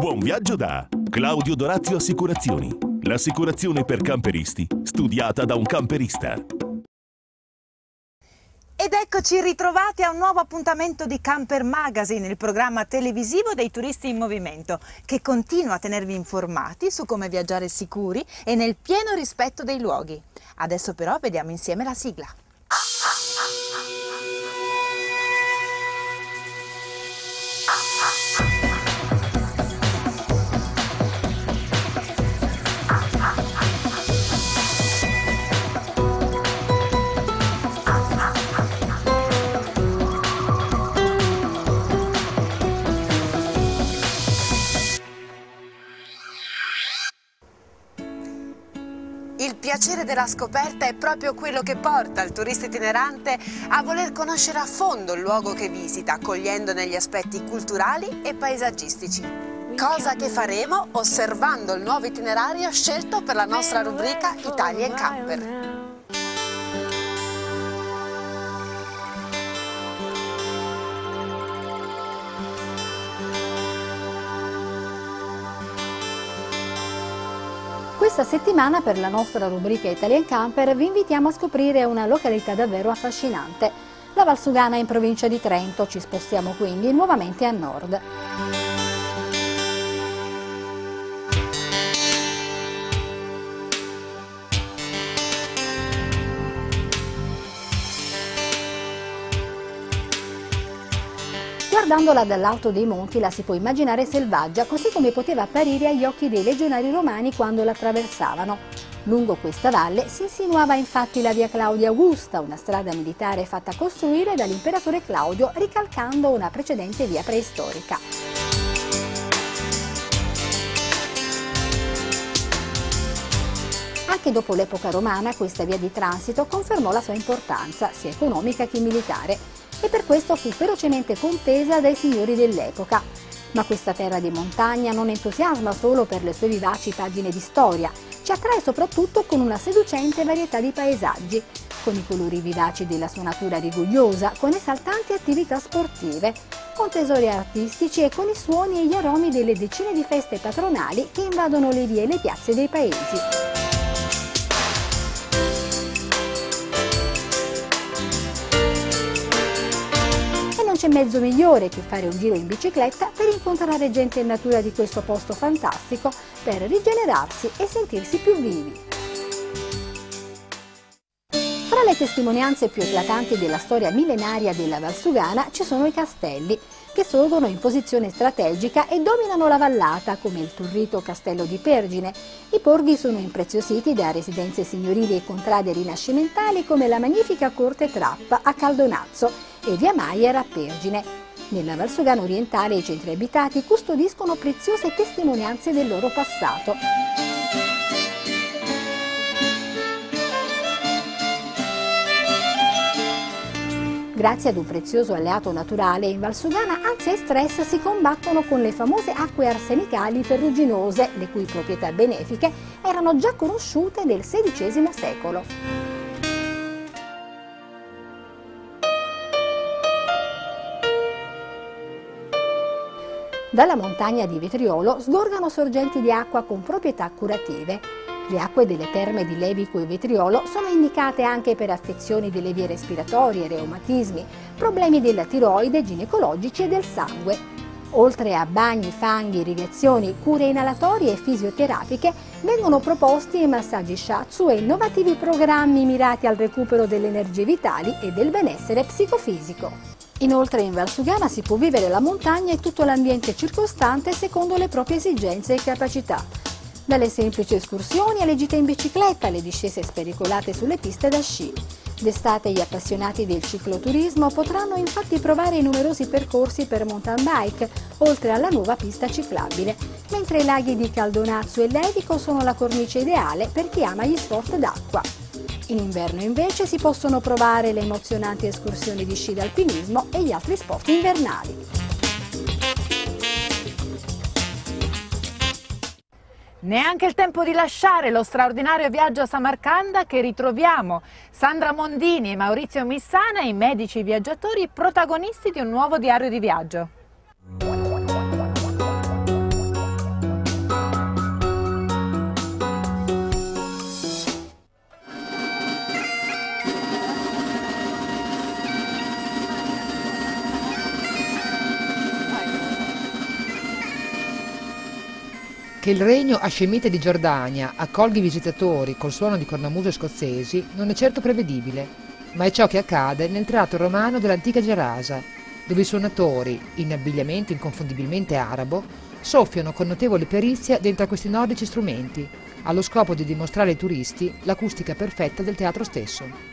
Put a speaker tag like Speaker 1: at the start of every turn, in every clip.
Speaker 1: Buon viaggio da Claudio Dorazio Assicurazioni. L'assicurazione per camperisti, studiata da un camperista.
Speaker 2: Ed eccoci ritrovati a un nuovo appuntamento di Camper Magazine, il programma televisivo dei turisti in movimento, che continua a tenervi informati su come viaggiare sicuri e nel pieno rispetto dei luoghi. Adesso però vediamo insieme la sigla. Il piacere della scoperta è proprio quello che porta il turista itinerante a voler conoscere a fondo il luogo che visita, cogliendone gli aspetti culturali e paesaggistici. Cosa che faremo osservando il nuovo itinerario scelto per la nostra rubrica Italia in Camper.
Speaker 3: Questa settimana per la nostra rubrica Italian Camper vi invitiamo a scoprire una località davvero affascinante, la Valsugana in provincia di Trento. Ci spostiamo quindi nuovamente a nord. Guardandola dall'alto dei monti la si può immaginare selvaggia, così come poteva apparire agli occhi dei legionari romani quando la attraversavano. Lungo questa valle si insinuava infatti la via Claudia Augusta, una strada militare fatta costruire dall'imperatore Claudio ricalcando una precedente via preistorica. Anche dopo l'epoca romana questa via di transito confermò la sua importanza, sia economica che militare, e per questo fu ferocemente contesa dai signori dell'epoca. Ma questa terra di montagna non entusiasma solo per le sue vivaci pagine di storia, ci attrae soprattutto con una seducente varietà di paesaggi, con i colori vivaci della sua natura rigogliosa, con esaltanti attività sportive, con tesori artistici e con i suoni e gli aromi delle decine di feste patronali che invadono le vie e le piazze dei paesi. C'è mezzo migliore che fare un giro in bicicletta per incontrare gente in natura di questo posto fantastico, per rigenerarsi e sentirsi più vivi. Fra le testimonianze più eclatanti della storia millenaria della Valsugana ci sono i castelli, che sorgono in posizione strategica e dominano la vallata, come il turrito Castello di Pergine. I borghi sono impreziositi da residenze signorili e contrade rinascimentali come la magnifica Corte Trappa a Caldonazzo e via Maier a Pergine. Nella Valsugana orientale i centri abitati custodiscono preziose testimonianze del loro passato. Grazie ad un prezioso alleato naturale in Valsugana, ansia e stress si combattono con le famose acque arsenicali ferruginose, le cui proprietà benefiche erano già conosciute nel XVI secolo. Dalla montagna di Vetriolo sgorgano sorgenti di acqua con proprietà curative. Le acque delle terme di Levico e Vetriolo sono indicate anche per affezioni delle vie respiratorie, reumatismi, problemi della tiroide, ginecologici e del sangue. Oltre a bagni, fanghi, irrigazioni, cure inalatorie e fisioterapiche, vengono proposti massaggi shiatsu e innovativi programmi mirati al recupero delle energie vitali e del benessere psicofisico. Inoltre in Valsugana si può vivere la montagna e tutto l'ambiente circostante secondo le proprie esigenze e capacità. Dalle semplici escursioni alle gite in bicicletta, alle discese spericolate sulle piste da sci. D'estate gli appassionati del cicloturismo potranno infatti provare i numerosi percorsi per mountain bike, oltre alla nuova pista ciclabile, mentre i laghi di Caldonazzo e Levico sono la cornice ideale per chi ama gli sport d'acqua. In inverno invece si possono provare le emozionanti escursioni di sci d'alpinismo e gli altri sport invernali.
Speaker 2: Neanche il tempo di lasciare lo straordinario viaggio a Samarcanda, che ritroviamo Sandra Mondini e Maurizio Missana, i medici viaggiatori protagonisti di un nuovo diario di viaggio.
Speaker 4: Che il regno hascemita di Giordania accolga i visitatori col suono di cornamuse scozzesi non è certo prevedibile, ma è ciò che accade nel teatro romano dell'antica Gerasa, dove i suonatori, in abbigliamento inconfondibilmente arabo, soffiano con notevole perizia dentro a questi nordici strumenti, allo scopo di dimostrare ai turisti l'acustica perfetta del teatro stesso.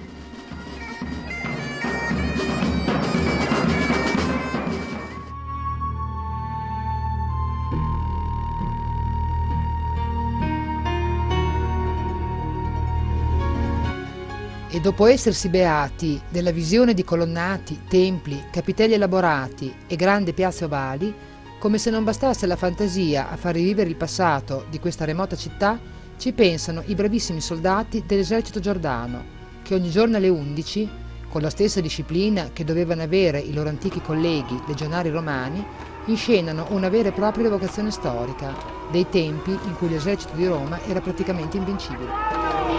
Speaker 4: E dopo essersi beati della visione di colonnati, templi, capitelli elaborati e grandi piazze ovali, come se non bastasse la fantasia a far rivivere il passato di questa remota città, ci pensano i bravissimi soldati dell'esercito giordano, che ogni giorno alle 11, con la stessa disciplina che dovevano avere i loro antichi colleghi legionari romani, inscenano una vera e propria evocazione storica dei tempi in cui l'esercito di Roma era praticamente invincibile.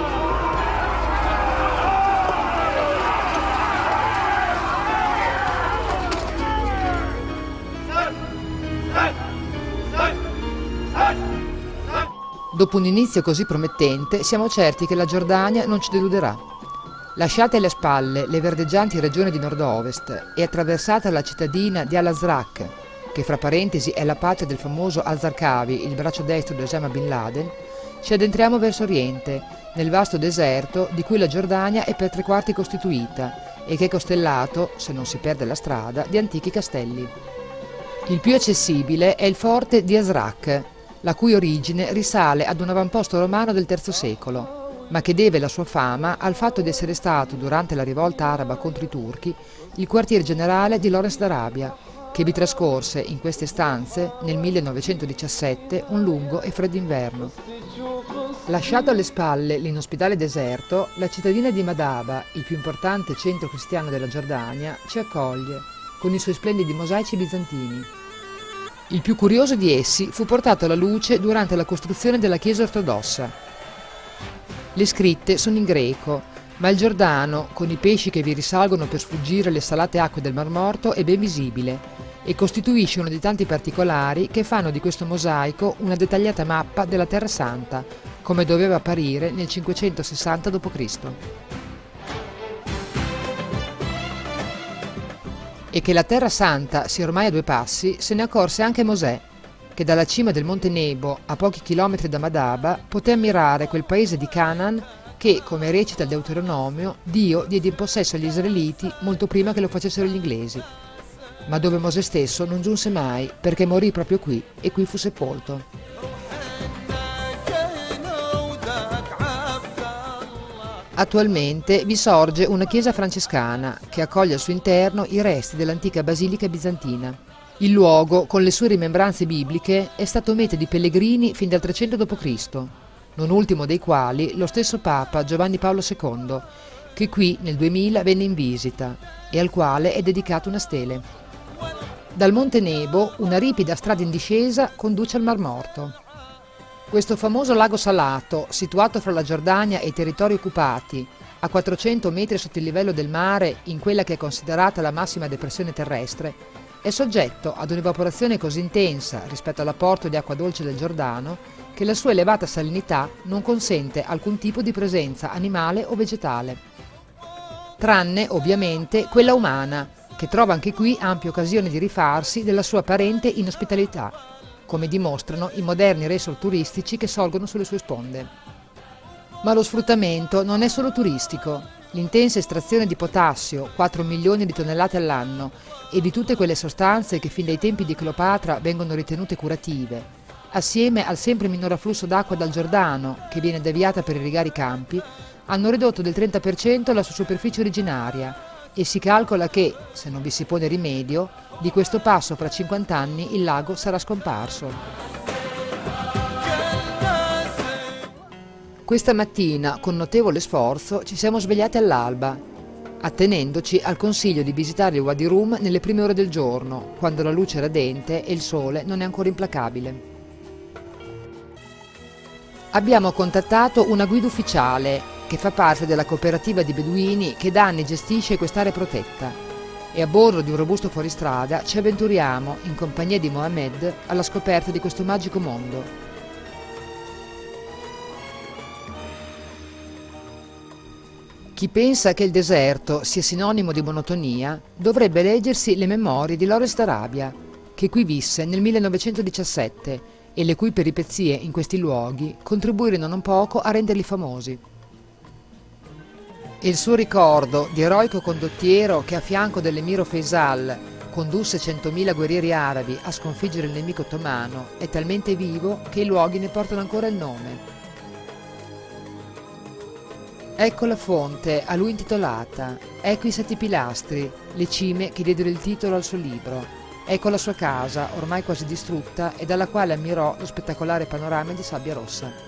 Speaker 4: Dopo un inizio così promettente, siamo certi che la Giordania non ci deluderà. Lasciate alle spalle le verdeggianti regioni di nord-ovest e attraversata la cittadina di Al-Azraq, che fra parentesi è la patria del famoso al-Zarqawi, il braccio destro di Osama Bin Laden, ci addentriamo verso oriente, nel vasto deserto di cui la Giordania è per 3/4 costituita e che è costellato, se non si perde la strada, di antichi castelli. Il più accessibile è il forte di Azraq, la cui origine risale ad un avamposto romano del III secolo, ma che deve la sua fama al fatto di essere stato, durante la rivolta araba contro i turchi, il quartier generale di Lawrence d'Arabia, che vi trascorse in queste stanze, nel 1917, un lungo e freddo inverno. Lasciato alle spalle l'inospitale deserto, la cittadina di Madaba, il più importante centro cristiano della Giordania, ci accoglie, con i suoi splendidi mosaici bizantini. Il più curioso di essi fu portato alla luce durante la costruzione della chiesa ortodossa. Le scritte sono in greco, ma il Giordano, con i pesci che vi risalgono per sfuggire alle salate acque del Mar Morto, è ben visibile e costituisce uno dei tanti particolari che fanno di questo mosaico una dettagliata mappa della Terra Santa, come doveva apparire nel 560 d.C. E che la Terra Santa sia ormai a 2 passi se ne accorse anche Mosè, che dalla cima del Monte Nebo, a pochi chilometri da Madaba, poté ammirare quel paese di Canaan che, come recita il Deuteronomio, Dio diede in possesso agli israeliti molto prima che lo facessero gli inglesi, ma dove Mosè stesso non giunse mai perché morì proprio qui e qui fu sepolto. Attualmente vi sorge una chiesa francescana che accoglie al suo interno i resti dell'antica basilica bizantina. Il luogo, con le sue rimembranze bibliche, è stato meta di pellegrini fin dal 300 d.C., non ultimo dei quali lo stesso Papa Giovanni Paolo II, che qui nel 2000 venne in visita e al quale è dedicata una stele. Dal Monte Nebo una ripida strada in discesa conduce al Mar Morto. Questo famoso lago salato, situato fra la Giordania e i territori occupati, a 400 metri sotto il livello del mare in quella che è considerata la massima depressione terrestre, è soggetto ad un'evaporazione così intensa rispetto all'apporto di acqua dolce del Giordano che la sua elevata salinità non consente alcun tipo di presenza animale o vegetale. Tranne, ovviamente, quella umana, che trova anche qui ampie occasioni di rifarsi della sua apparente inospitalità, come dimostrano i moderni resort turistici che sorgono sulle sue sponde. Ma lo sfruttamento non è solo turistico. L'intensa estrazione di potassio, 4 milioni di tonnellate all'anno, e di tutte quelle sostanze che fin dai tempi di Cleopatra vengono ritenute curative, assieme al sempre minor afflusso d'acqua dal Giordano, che viene deviata per irrigare i campi, hanno ridotto del 30% la sua superficie originaria e si calcola che, se non vi si pone rimedio, di questo passo fra 50 anni il lago sarà scomparso. Questa mattina, con notevole sforzo, ci siamo svegliati all'alba, attenendoci al consiglio di visitare il Wadi Rum nelle prime ore del giorno, quando la luce è radente e il sole non è ancora implacabile. Abbiamo contattato una guida ufficiale che fa parte della cooperativa di beduini che da anni gestisce quest'area protetta. e a bordo di un robusto fuoristrada ci avventuriamo, in compagnia di Mohamed, alla scoperta di questo magico mondo. Chi pensa che il deserto sia sinonimo di monotonia dovrebbe leggersi le memorie di Lawrence d'Arabia, che qui visse nel 1917 e le cui peripezie in questi luoghi contribuirono non poco a renderli famosi. E il suo ricordo di eroico condottiero che a fianco dell'emiro Faisal condusse 100.000 guerrieri arabi a sconfiggere il nemico ottomano è talmente vivo che i luoghi ne portano ancora il nome. Ecco la fonte a lui intitolata, ecco i 7 pilastri, le cime che diedero il titolo al suo libro, ecco la sua casa, ormai quasi distrutta, e dalla quale ammirò lo spettacolare panorama di sabbia rossa.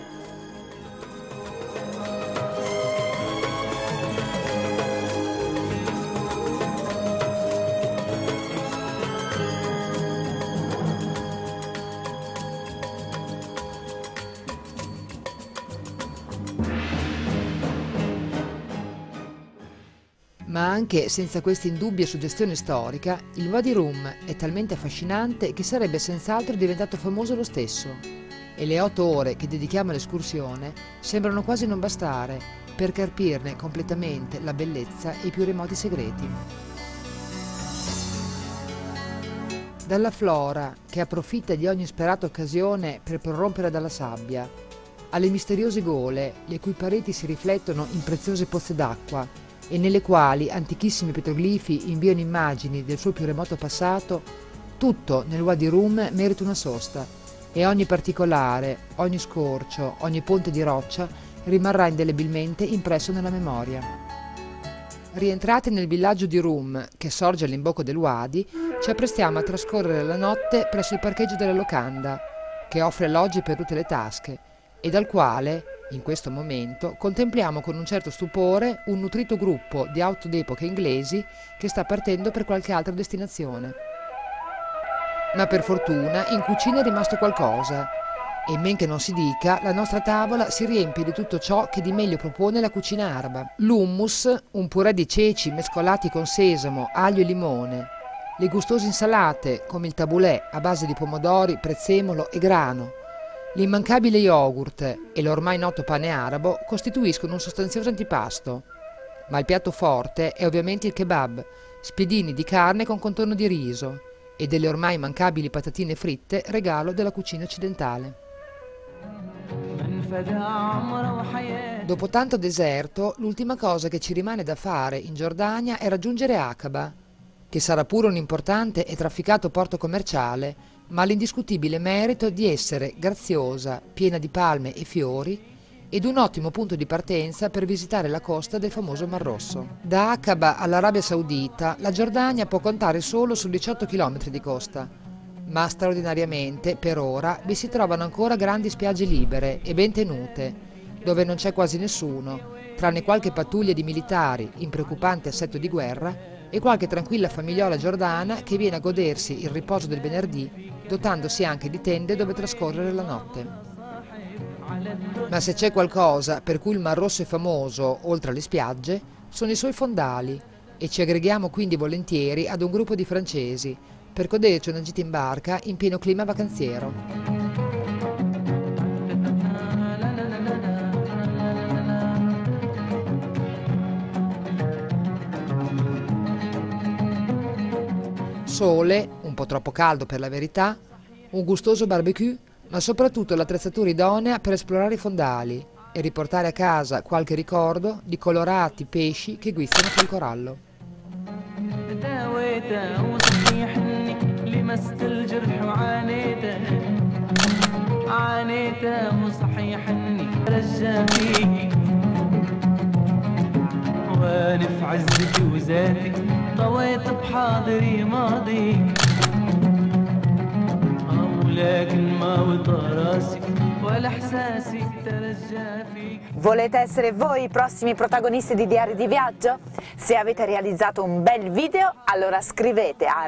Speaker 4: Ma anche senza questa indubbia suggestione storica, il Wadi Rum è talmente affascinante che sarebbe senz'altro diventato famoso lo stesso. E le 8 ore che dedichiamo all'escursione sembrano quasi non bastare per carpirne completamente la bellezza e i più remoti segreti. Dalla flora, che approfitta di ogni insperata occasione per prorompere dalla sabbia, alle misteriose gole, le cui pareti si riflettono in preziose pozze d'acqua, e nelle quali antichissimi petroglifi inviano immagini del suo più remoto passato, tutto nel Wadi Rum merita una sosta, e ogni particolare, ogni scorcio, ogni ponte di roccia rimarrà indelebilmente impresso nella memoria. Rientrati nel villaggio di Rum, che sorge all'imbocco del Wadi, ci apprestiamo a trascorrere la notte presso il parcheggio della locanda, che offre alloggi per tutte le tasche, e dal quale, in questo momento, contempliamo con un certo stupore un nutrito gruppo di auto d'epoca inglesi che sta partendo per qualche altra destinazione. Ma per fortuna in cucina è rimasto qualcosa, e men che non si dica, la nostra tavola si riempie di tutto ciò che di meglio propone la cucina araba. L'hummus, un purè di ceci mescolati con sesamo, aglio e limone, le gustose insalate come il tabulè a base di pomodori, prezzemolo e grano, l'immancabile yogurt e l'ormai noto pane arabo costituiscono un sostanzioso antipasto, ma il piatto forte è ovviamente il kebab, spiedini di carne con contorno di riso, e delle ormai immancabili patatine fritte, regalo della cucina occidentale. Dopo tanto deserto, l'ultima cosa che ci rimane da fare in Giordania è raggiungere Aqaba, che sarà pure un importante e trafficato porto commerciale, ma l'indiscutibile merito di essere graziosa, piena di palme e fiori, ed un ottimo punto di partenza per visitare la costa del famoso Mar Rosso. Da Aqaba all'Arabia Saudita, la Giordania può contare solo su 18 km di costa, ma straordinariamente, per ora, vi si trovano ancora grandi spiagge libere e ben tenute, dove non c'è quasi nessuno, tranne qualche pattuglia di militari in preoccupante assetto di guerra e qualche tranquilla famigliola giordana che viene a godersi il riposo del venerdì, dotandosi anche di tende dove trascorrere la notte. Ma se c'è qualcosa per cui il Mar Rosso è famoso, oltre alle spiagge, sono i suoi fondali, e ci aggreghiamo quindi volentieri ad un gruppo di francesi per goderci una gita in barca in pieno clima vacanziero. Sole, un po' troppo caldo per la verità, un gustoso barbecue, ma soprattutto l'attrezzatura idonea per esplorare i fondali e riportare a casa qualche ricordo di colorati pesci che guizzano sul corallo.
Speaker 5: وانا في عزتي وذاتي طويت بحاضري ماضيك ولكن ما وطى راسي ولا احساسي ترجى فيك.
Speaker 2: Volete essere voi i prossimi protagonisti di Diari di Viaggio? Se avete realizzato un bel video, allora scrivete a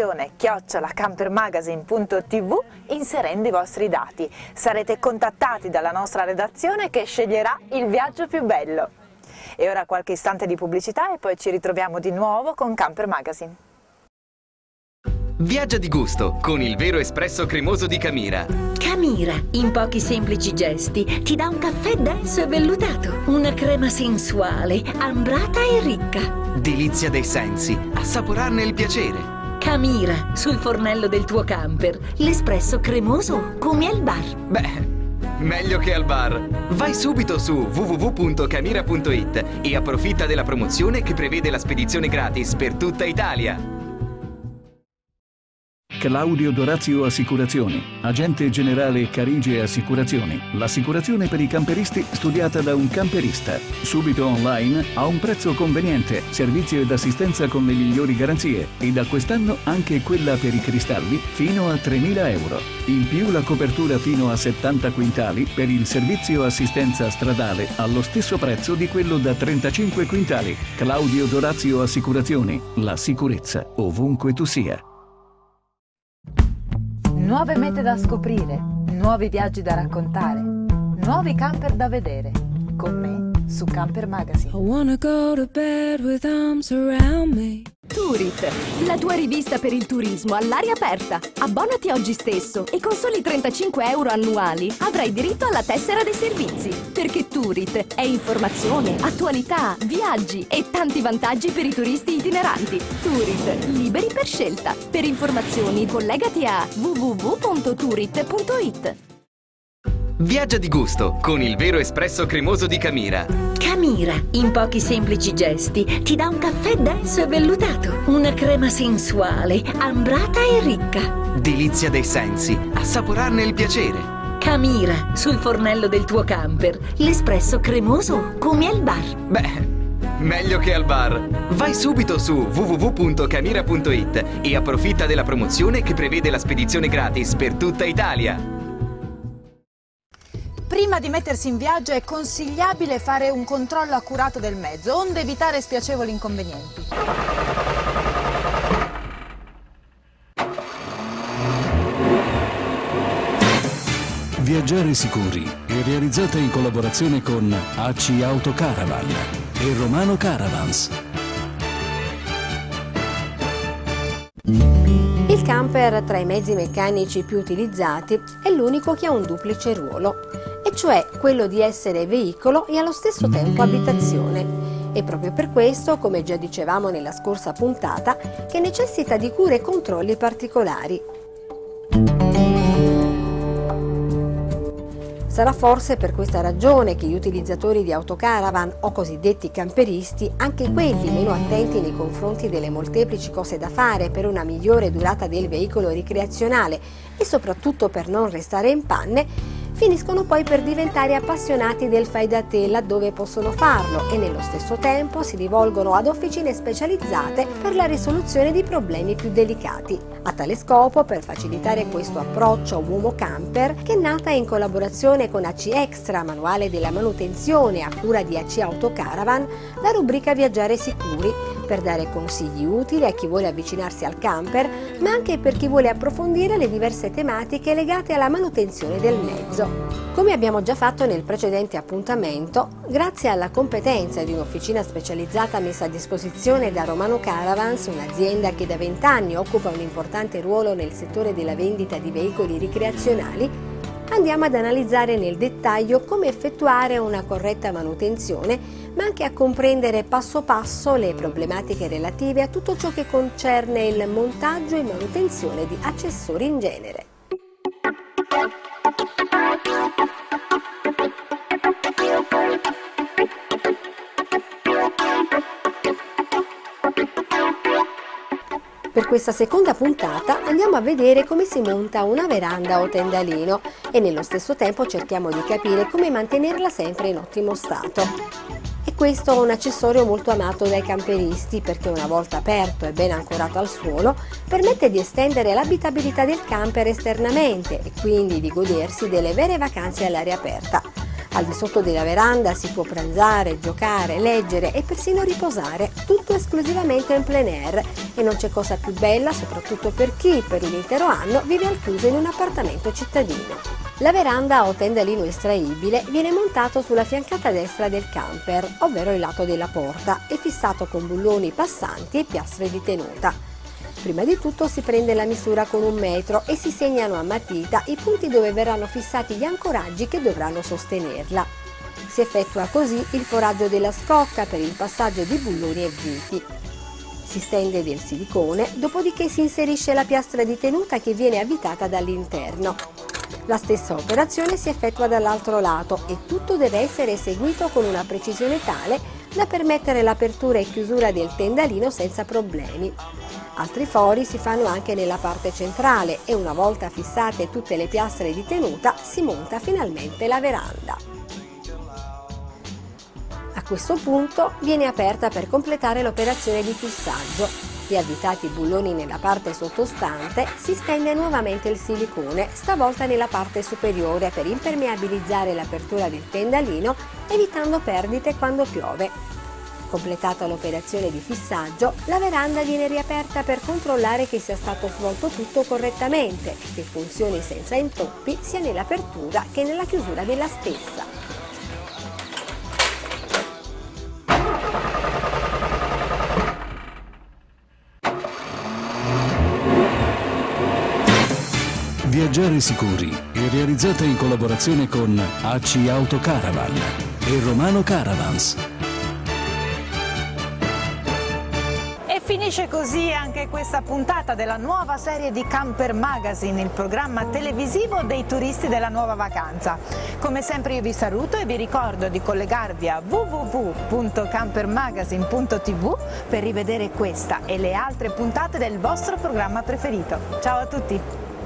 Speaker 2: redazione@campermagazine.tv inserendo i vostri dati. Sarete contattati dalla nostra redazione che sceglierà il viaggio più bello.
Speaker 6: E ora qualche istante di pubblicità e poi ci ritroviamo di nuovo con Camper Magazine.
Speaker 7: Viaggia di gusto con il vero espresso cremoso di Camira.
Speaker 8: Camira, in pochi semplici gesti, ti dà un caffè denso e vellutato, una crema sensuale, ambrata e ricca.
Speaker 7: Delizia dei sensi, assaporarne il piacere.
Speaker 8: Camira, sul fornello del tuo camper, l'espresso cremoso come al bar.
Speaker 7: Beh, meglio che al bar. Vai subito su www.camira.it e approfitta della promozione che prevede la spedizione gratis per tutta Italia.
Speaker 9: Claudio Dorazio Assicurazioni, agente generale Carige Assicurazioni. L'assicurazione per i camperisti studiata da un camperista. Subito online, a un prezzo conveniente, servizio ed assistenza con le migliori garanzie e da quest'anno anche quella per i cristalli fino a 3.000 euro. In più la copertura fino a 70 quintali per il servizio assistenza stradale allo stesso prezzo di quello da 35 quintali. Claudio Dorazio Assicurazioni, la sicurezza ovunque tu sia.
Speaker 6: Nuove mete da scoprire, nuovi viaggi da raccontare, nuovi camper da vedere. Con me su Camper Magazine.
Speaker 10: I wanna go to bed with arms around me.
Speaker 11: Tourit, la tua rivista per il turismo all'aria aperta. Abbonati oggi stesso e con soli 35 euro annuali avrai diritto alla tessera dei servizi. Perché Tourit è informazione, attualità, viaggi e tanti vantaggi per i turisti itineranti. Tourit, liberi per scelta. Per informazioni collegati a www.tourit.it.
Speaker 7: Viaggia di gusto con il vero espresso cremoso di Camira.
Speaker 8: Camira, in pochi semplici gesti, ti dà un caffè denso e vellutato, una crema sensuale, ambrata e ricca.
Speaker 7: Delizia dei sensi, assaporarne il piacere.
Speaker 8: Camira, sul fornello del tuo camper, l'espresso cremoso come al bar.
Speaker 7: Beh, meglio che al bar. Vai subito su www.camira.it e approfitta della promozione che prevede la spedizione gratis per tutta Italia.
Speaker 2: Prima di mettersi in viaggio è consigliabile fare un controllo accurato del mezzo, onde evitare spiacevoli inconvenienti.
Speaker 9: Viaggiare sicuri è realizzata in collaborazione con AC Autocaravan e Romano Caravans.
Speaker 3: Il camper, tra i mezzi meccanici più utilizzati, è l'unico che ha un duplice ruolo, e cioè quello di essere veicolo e allo stesso tempo abitazione. E proprio per questo, come già dicevamo nella scorsa puntata, che necessita di cure e controlli particolari. Sarà forse per questa ragione che gli utilizzatori di autocaravan o cosiddetti camperisti, anche quelli meno attenti nei confronti delle molteplici cose da fare per una migliore durata del veicolo ricreazionale e soprattutto per non restare in panne, finiscono poi per diventare appassionati del fai da te laddove possono farlo e nello stesso tempo si rivolgono ad officine specializzate per la risoluzione di problemi più delicati. A tale scopo, per facilitare questo approccio uomo camper, che è nata in collaborazione con AC Extra, manuale della manutenzione a cura di AC Autocaravan, la rubrica Viaggiare Sicuri, per dare consigli utili a chi vuole avvicinarsi al camper, ma anche per chi vuole approfondire le diverse tematiche legate alla manutenzione del mezzo. Come abbiamo già fatto nel precedente appuntamento, grazie alla competenza di un'officina specializzata messa a disposizione da Romano Caravans, un'azienda che da 20 anni occupa un importante ruolo nel settore della vendita di veicoli ricreazionali, andiamo ad analizzare nel dettaglio come effettuare una corretta manutenzione, ma anche a comprendere passo passo le problematiche relative a tutto ciò che concerne il montaggio e manutenzione di accessori in genere. Per questa seconda puntata andiamo a vedere come si monta una veranda o tendalino e nello stesso tempo cerchiamo di capire come mantenerla sempre in ottimo stato. E questo è un accessorio molto amato dai camperisti perché una volta aperto e ben ancorato al suolo permette di estendere l'abitabilità del camper esternamente e quindi di godersi delle vere vacanze all'aria aperta. Al di sotto della veranda si può pranzare, giocare, leggere e persino riposare, tutto esclusivamente in plein air, e non c'è cosa più bella, soprattutto per chi per un intero anno vive al chiuso in un appartamento cittadino. La veranda o tendalino estraibile viene montato sulla fiancata destra del camper, ovvero il lato della porta, e fissato con bulloni passanti e piastre di tenuta. Prima di tutto si prende la misura con 1 metro e si segnano a matita i punti dove verranno fissati gli ancoraggi che dovranno sostenerla. Si effettua così il foraggio della scocca per il passaggio di bulloni e viti. Si stende del silicone, dopodiché si inserisce la piastra di tenuta che viene avvitata dall'interno. La stessa operazione si effettua dall'altro lato e tutto deve essere eseguito con una precisione tale da permettere l'apertura e chiusura del tendalino senza problemi. Altri fori si fanno anche nella parte centrale e una volta fissate tutte le piastre di tenuta si monta finalmente la veranda. A questo punto viene aperta per completare l'operazione di fissaggio. Riavvitati i bulloni nella parte sottostante, si stende nuovamente il silicone, stavolta nella parte superiore per impermeabilizzare l'apertura del tendalino, evitando perdite quando piove. Completata l'operazione di fissaggio, la veranda viene riaperta per controllare che sia stato svolto tutto correttamente e che funzioni senza intoppi sia nell'apertura che nella chiusura della stessa.
Speaker 9: Viaggiare sicuri è realizzata in collaborazione con AC Auto Caravan e Romano Caravans.
Speaker 6: E finisce così anche questa puntata della nuova serie di Camper Magazine, il programma televisivo dei turisti della nuova vacanza. Come sempre io vi saluto e vi ricordo di collegarvi a www.campermagazine.tv per rivedere questa e le altre puntate del vostro programma preferito. Ciao a tutti!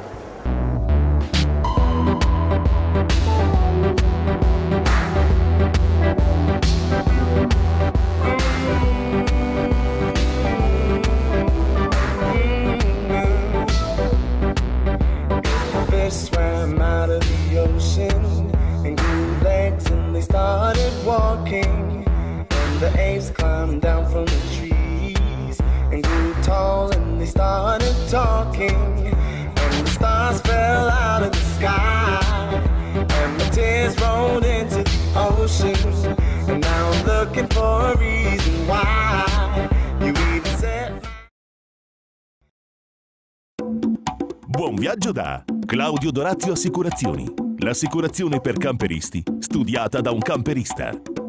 Speaker 12: Swam out of the ocean and grew legs and they started walking, and the apes climbed down from the trees and grew tall and they started talking, and the stars fell out of the sky and the tears rolled into the ocean, and now I'm looking for a reason why you even said.
Speaker 1: Buon viaggio da Claudio Dorazio Assicurazioni, l'assicurazione per camperisti studiata da un camperista.